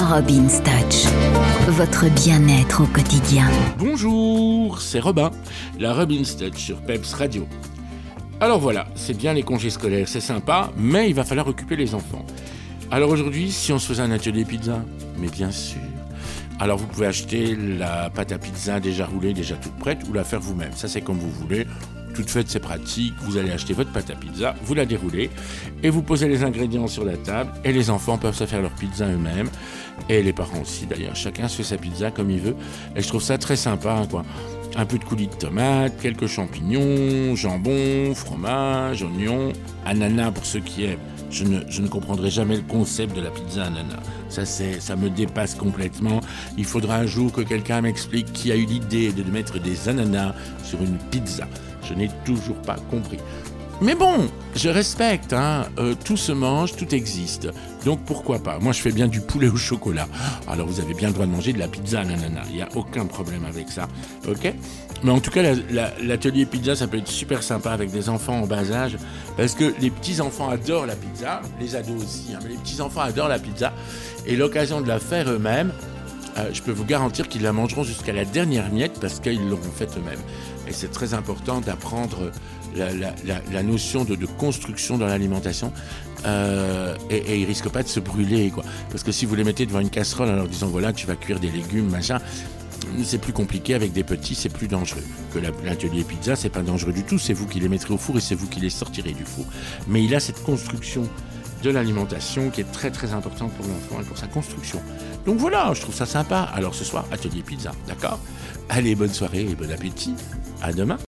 Robin's Touch, votre bien-être au quotidien. Bonjour, c'est Robin, la Robin's Touch sur Peps Radio. Alors voilà, c'est bien les congés scolaires, c'est sympa, mais il va falloir occuper les enfants. Alors aujourd'hui, si on se faisait un atelier pizza, mais bien sûr. Alors vous pouvez acheter la pâte à pizza déjà roulée, déjà toute prête, ou la faire vous-même. Ça c'est comme vous voulez. Toute faite, c'est pratique. Vous allez acheter votre pâte à pizza, vous la déroulez et vous posez les ingrédients sur la table. Et les enfants peuvent se faire leur pizza eux-mêmes. Et les parents aussi d'ailleurs. Chacun se fait sa pizza comme il veut. Et je trouve ça très sympa, quoi. Un peu de coulis de tomates, quelques champignons, jambon, fromage, oignons, ananas pour ceux qui aiment. Je ne comprendrai jamais le concept de la pizza ananas. Ça me dépasse complètement. Il faudra un jour que quelqu'un m'explique qui a eu l'idée de mettre des ananas sur une pizza. Je n'ai toujours pas compris. Mais bon, je respecte, tout se mange, tout existe. Donc pourquoi pas ? Moi je fais bien du poulet au chocolat. Alors vous avez bien le droit de manger de la pizza à l'ananas. Il n'y a aucun problème avec ça. Ok ? Mais en tout cas, l'atelier pizza, ça peut être super sympa avec des enfants en bas âge. Parce que les petits-enfants adorent la pizza. Les ados aussi, mais les petits-enfants adorent la pizza. Et l'occasion de la faire eux-mêmes, je peux vous garantir qu'ils la mangeront jusqu'à la dernière miette parce qu'ils l'auront faite eux-mêmes. Et c'est très important d'apprendre la notion de construction dans l'alimentation et ils risquent pas de se brûler, quoi. Parce que si vous les mettez devant une casserole en leur disant voilà tu vas cuire des légumes machin, c'est plus compliqué. Avec des petits c'est plus dangereux. Que l'atelier pizza c'est pas dangereux du tout, c'est vous qui les mettrez au four et c'est vous qui les sortirez du four. Mais il a cette construction de l'alimentation qui est très très importante pour l'enfant et pour sa construction. Donc voilà, je trouve ça sympa. Alors ce soir, atelier pizza, d'accord ? Allez, bonne soirée et bon appétit. À demain.